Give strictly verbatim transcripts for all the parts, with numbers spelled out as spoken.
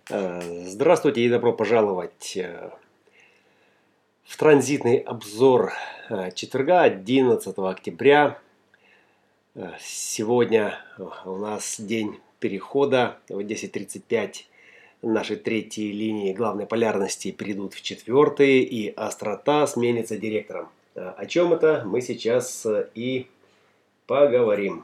Э, Здравствуйте и добро пожаловать э, в транзитный обзор э, четверга, одиннадцатого октября. Э, Сегодня э, у нас день перехода. В десять тридцать пять наши третьи линии главной полярности перейдут в четвертые, и острота сменится директором. Э, О чем это, мы сейчас э, и поговорим.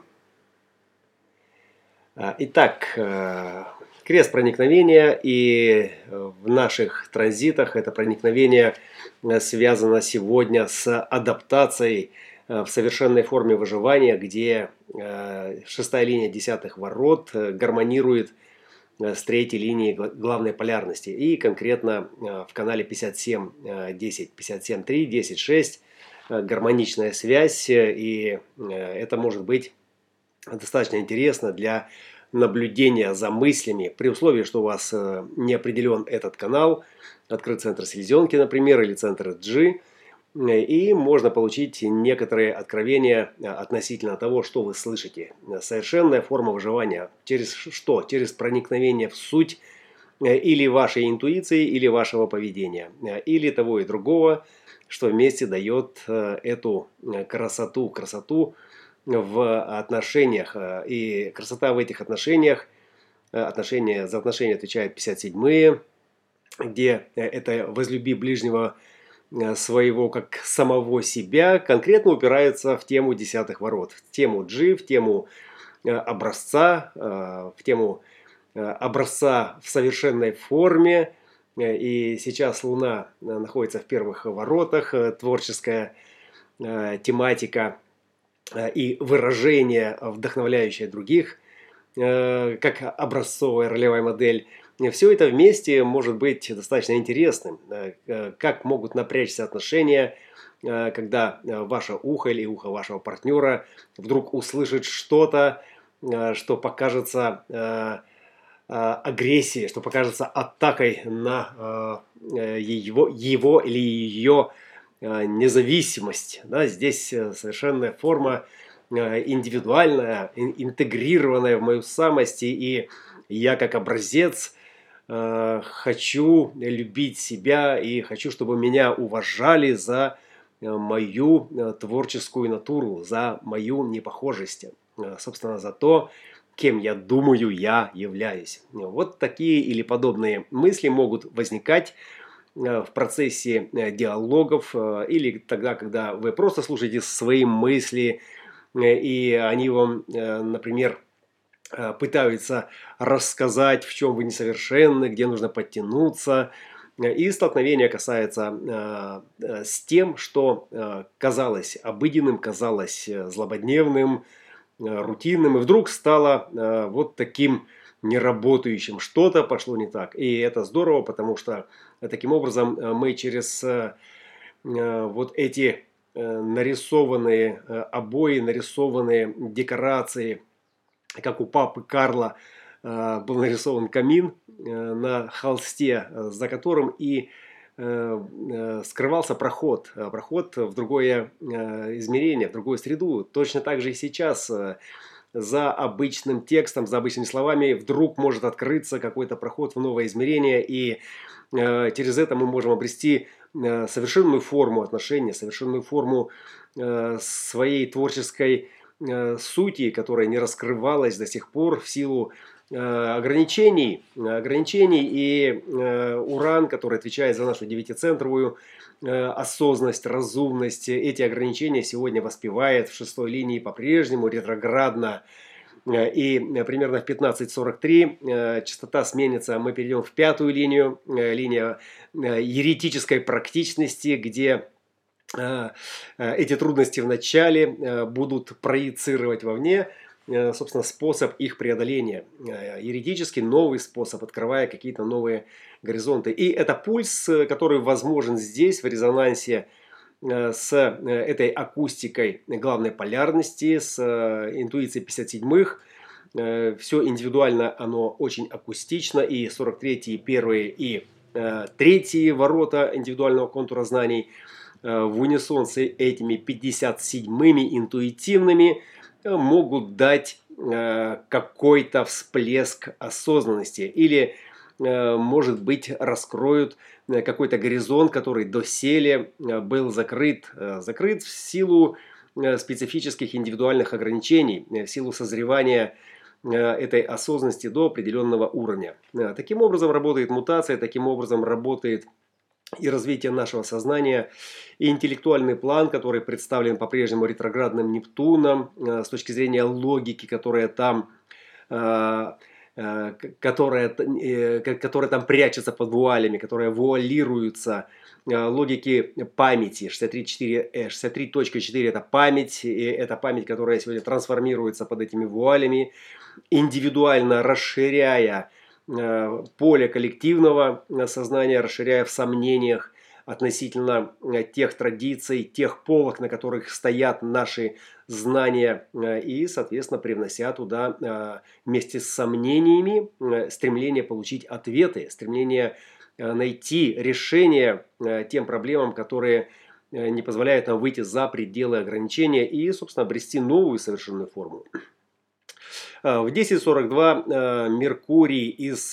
А, Итак, э, крест проникновения, и э, в наших транзитах это проникновение э, связано сегодня с адаптацией э, в совершенной форме выживания, где э, шестая линия десятых ворот э, гармонирует э, с третьей линией гла- главной полярности. И конкретно э, в канале пятьдесят семь десять, пятьдесят семь три, десять шесть э, гармоничная связь, э, и э, это может быть достаточно интересно для наблюдения за мыслями, при условии, что у вас э, не определен этот канал, открыт центр селезенки, например, или центр G, э, и можно получить некоторые откровения э, относительно того, что вы слышите. Совершенная форма выживания. Через что? Через проникновение в суть э, или вашей интуиции, или вашего поведения, э, или того и другого, что вместе дает э, эту э, красоту, красоту в отношениях. э, И красота в этих отношениях, э, отношения, за отношения отвечают пятьдесят седьмые, где э, это «возлюби ближнего э, своего как самого себя», конкретно упирается в тему десятых ворот, в тему G, в тему э, образца, э, в тему э, образца в совершенной форме. Э, И сейчас Луна э, находится в первых воротах, э, творческая э, тематика э, и выражение, вдохновляющее других, э, как образцовая ролевая модель. Все это вместе может быть достаточно интересным. Э, э, Как могут напрячься отношения, э, когда э, ваше ухо или ухо вашего партнера вдруг услышит что-то, э, что покажется э, э, агрессией, что покажется атакой на э, э, его, его или ее э, независимость. Да, здесь э, совершенная форма э, индивидуальная, ин- интегрированная в мою самость, и я как образец э, хочу любить себя и хочу, чтобы меня уважали за э, мою э, творческую натуру, за мою непохожесть, э, собственно, за то, кем я думаю, я являюсь. Вот такие или подобные мысли могут возникать э, в процессе э, диалогов э, или тогда, когда вы просто слушаете свои мысли, э, и они вам, э, например, э, пытаются рассказать, в чем вы несовершенны, где нужно подтянуться. Э, И столкновение касается э, э, с тем, что э, казалось обыденным, казалось э, злободневным, э, рутинным, и вдруг стало э, вот таким неработающим. Что-то пошло не так. И это здорово, потому что э, таким образом э, мы через э, э, вот эти э, нарисованные э, обои, нарисованные декорации, как у папы Карла э, был нарисован камин э, на холсте, э, за которым и э, э, скрывался проход, э, проход в другое э, измерение, в другую среду. Точно так же и сейчас э, за обычным текстом, за обычными словами вдруг может открыться какой-то проход в новое измерение, и э, через это мы можем обрести э, совершенную форму отношений, совершенную форму э, своей творческой э, сути, которая не раскрывалась до сих пор в силу э, ограничений, ограничений и э, Уран, который отвечает за нашу девятицентровую э, осознанность, разумность, эти ограничения сегодня воспевает в шестой линии по-прежнему ретроградно. Э, И э, примерно в пятнадцать сорок три э, частота сменится, мы перейдем в пятую линию, э, линия э, еретической практичности, где э, э, эти трудности в начале э, будут проецировать вовне, э, собственно, способ их преодоления. Э, Юридически новый способ, открывая какие-то новые горизонты. И это пульс, э, который возможен здесь, в резонансе э, с э, этой акустикой главной полярности, с э, интуицией пятьдесят седьмых. Все индивидуально, оно очень акустично. И сорок третьи, первые и э, третьи ворота индивидуального контура знаний э, в унисон с этими пятьдесят седьмыми интуитивными э, могут дать э, какой-то всплеск осознанности или может быть, раскроют какой-то горизонт, который доселе был закрыт, закрыт в силу специфических индивидуальных ограничений, в силу созревания этой осознанности до определенного уровня. Таким образом работает мутация, таким образом работает и развитие нашего сознания, и интеллектуальный план, который представлен по-прежнему ретроградным Нептуном, с точки зрения логики, которая там, которая, которая там прячется под вуалями, которая вуалируется, логики памяти. шестьдесят три точка четыре это память, и это память, которая сегодня трансформируется под этими вуалями, индивидуально расширяя поле коллективного сознания, расширяя в сомнениях относительно тех традиций, тех полок, на которых стоят наши знания, и, соответственно, привнося туда вместе с сомнениями стремление получить ответы, стремление найти решение тем проблемам, которые не позволяют нам выйти за пределы ограничения и, собственно, обрести новую совершенную форму. В десять сорок два Меркурий из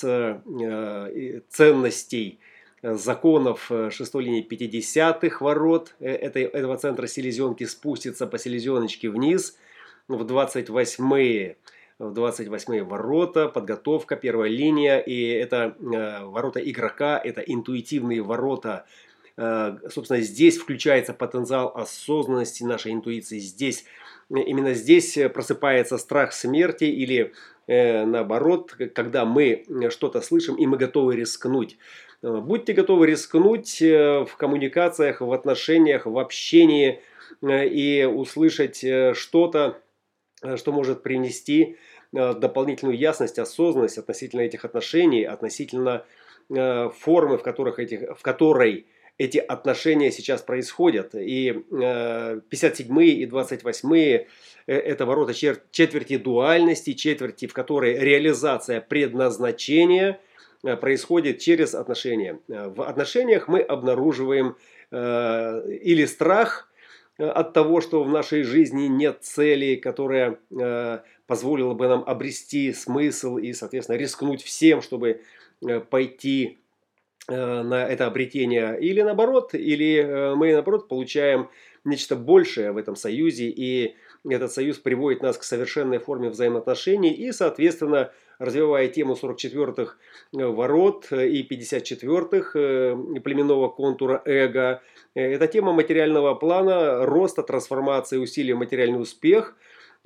ценностей законов шестой линии пятидесятых ворот этой, этого центра селезенки спустится по селезеночке вниз в двадцать восьмые, в двадцать восьмые ворота, подготовка, первая линия, и это ворота игрока, это интуитивные ворота. Собственно, здесь включается потенциал осознанности нашей интуиции, здесь именно здесь просыпается страх смерти или э, наоборот, когда мы что-то слышим и мы готовы рискнуть. Будьте готовы рискнуть в коммуникациях, в отношениях, в общении и услышать что-то, что может принести дополнительную ясность, осознанность относительно этих отношений, относительно формы, в, которых этих, в которой эти отношения сейчас происходят. И пятьдесят седьмые и двадцать восьмые это ворота четверти дуальности, четверти, в которой реализация предназначения происходит через отношения. В отношениях мы обнаруживаем или страх от того, что в нашей жизни нет цели, которая позволила бы нам обрести смысл и, соответственно, рискнуть всем, чтобы пойти на это обретение, или наоборот, или мы наоборот получаем нечто большее в этом союзе, и этот союз приводит нас к совершенной форме взаимоотношений, и, соответственно, развивая тему сорок четвёртых ворот и пятьдесят четвёртых племенного контура эго, это тема материального плана, роста, трансформации, усилия, материальный успех.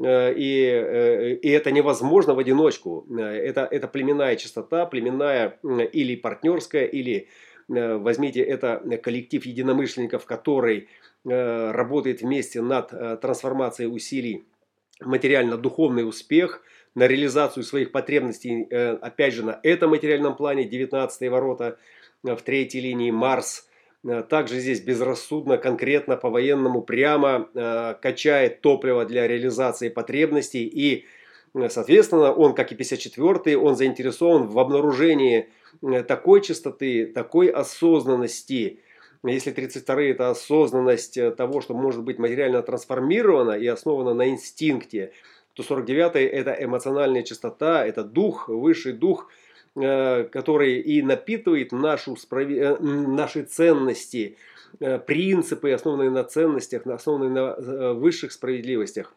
И, и это невозможно в одиночку. Это, это племенная частота, племенная или партнерская, или возьмите это коллектив единомышленников, который работает вместе над трансформацией усилий, материально-духовный успех, на реализацию своих потребностей, опять же, на этом материальном плане, девятнадцатые ворота, в третьей линии Марс. Также здесь безрассудно, конкретно, по-военному, прямо э, качает топливо для реализации потребностей. И, соответственно, он, как и пятьдесят четвёртый, он заинтересован в обнаружении такой чистоты, такой осознанности. Если тридцать вторые это осознанность того, что может быть материально трансформировано и основано на инстинкте, то сорок девятый это эмоциональная чистота, это дух, высший дух, который и напитывает нашу справи... наши ценности, принципы, основанные на ценностях, основанные на высших справедливостях,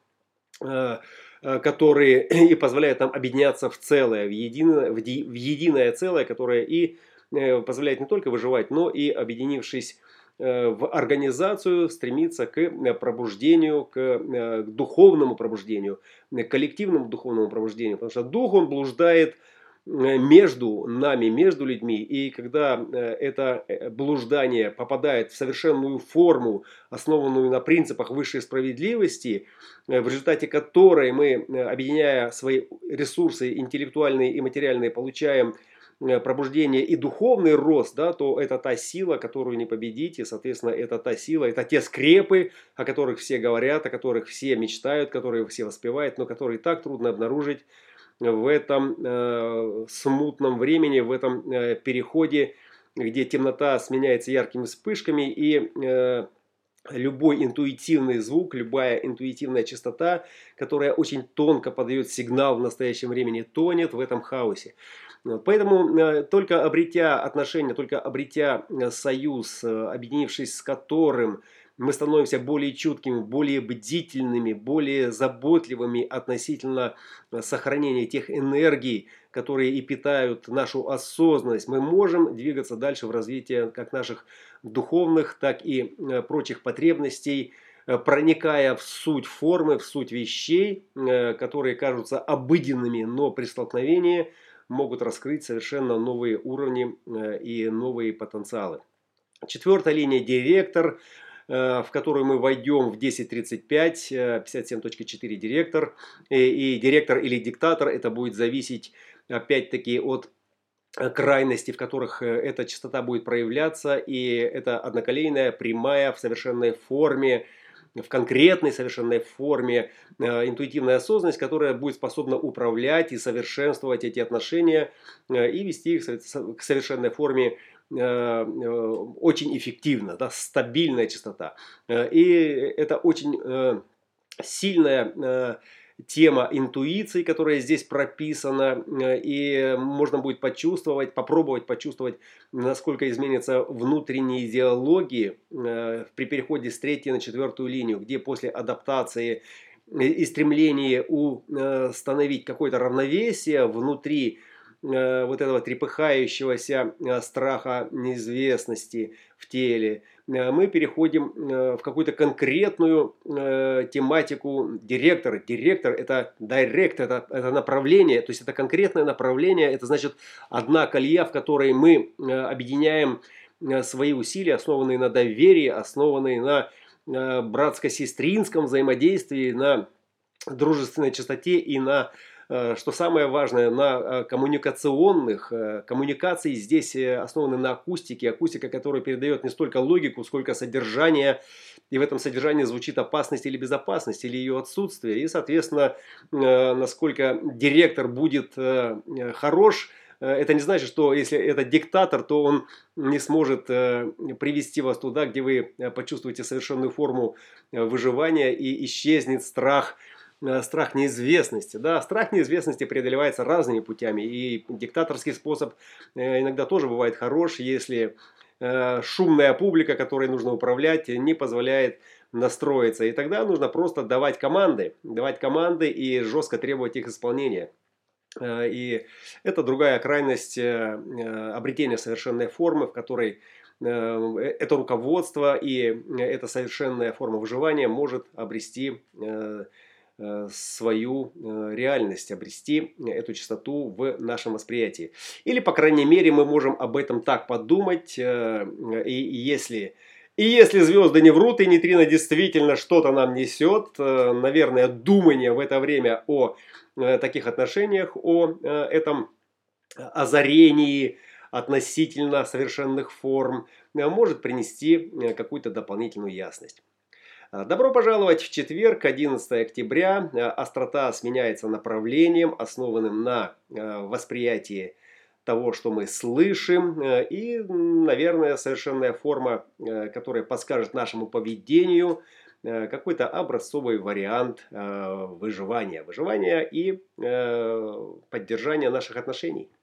которые и позволяют нам объединяться в целое, в единое, в единое целое, которое и позволяет не только выживать, но и, объединившись в организацию, стремиться к пробуждению, к духовному пробуждению, к коллективному духовному пробуждению. Потому что дух, он блуждает между нами, между людьми, и когда это блуждание попадает в совершенную форму, основанную на принципах высшей справедливости, в результате которой мы, объединяя свои ресурсы интеллектуальные и материальные, получаем пробуждение и духовный рост, да, то это та сила, которую не победить, и, соответственно, это та сила, это те скрепы, о которых все говорят, о которых все мечтают, которые все воспевают, но которые так трудно обнаружить в этом э, смутном времени, в этом э, переходе, где темнота сменяется яркими вспышками, и э, любой интуитивный звук, любая интуитивная частота, которая очень тонко подает сигнал в настоящем времени, тонет в этом хаосе. Вот, поэтому э, только обретя отношения, только обретя э, союз, э, объединившись с которым мы становимся более чуткими, более бдительными, более заботливыми относительно э, сохранения тех энергий, которые и питают нашу осознанность, мы можем двигаться дальше в развитии как наших духовных, так и э, прочих потребностей, э, проникая в суть формы, в суть вещей, э, которые кажутся обыденными, но при столкновении могут раскрыть совершенно новые уровни э, и новые потенциалы. Четвертая линия — директор, э, в которую мы войдем в десять тридцать пять, пятьдесят семь точка четыре директор. И, и директор или диктатор — это будет зависеть опять-таки от крайности, в которых эта частота будет проявляться. И это одноколейная, прямая, в совершенной форме, в конкретной совершенной форме э, интуитивная осознанность, которая будет способна управлять и совершенствовать эти отношения э, и вести их к совершенной форме э, э, очень эффективно, да, стабильная частота. Э, и это очень э, сильная э, тема интуиции, которая здесь прописана, и можно будет почувствовать, попробовать почувствовать, насколько изменятся внутренние диалоги э, при переходе с третьей на четвертую линию, где после адаптации и стремления установить какое-то равновесие внутри э, вот этого трепыхающегося э, страха неизвестности в теле, э, мы переходим э, в какую-то конкретную э, тематику директора. Директор — это директ, это, это направление, то есть это конкретное направление, это значит одна колея, в которой мы э, объединяем э, свои усилия, основанные на доверии, основанные на э, братско-сестринском взаимодействии, на дружественной частоте и на, что самое важное, на коммуникационных. Коммуникации здесь основаны на акустике. Акустика, которая передает не столько логику, сколько содержание. И в этом содержании звучит опасность или безопасность, или ее отсутствие. И, соответственно, насколько директор будет хорош, это не значит, что если это диктатор, то он не сможет привести вас туда, где вы почувствуете совершенную форму выживания и исчезнет страх. Страх неизвестности. Да, страх неизвестности преодолевается разными путями. И диктаторский способ иногда тоже бывает хорош, если шумная публика, которой нужно управлять, не позволяет настроиться. И тогда нужно просто давать команды. Давать команды и жестко требовать их исполнения. И это другая крайность обретения совершенной формы, в которой это руководство и эта совершенная форма выживания может обрести свою реальность, обрести эту частоту в нашем восприятии. Или, по крайней мере, мы можем об этом так подумать. И если, и если звезды не врут, и нейтрино действительно что-то нам несет, наверное, думание в это время о таких отношениях, о этом озарении относительно совершенных форм может принести какую-то дополнительную ясность. Добро пожаловать в четверг, одиннадцатое октября. Острота сменяется направлением, основанным на восприятии того, что мы слышим. И, наверное, совершенная форма, которая подскажет нашему поведению какой-то образцовый вариант выживания. Выживания и поддержания наших отношений.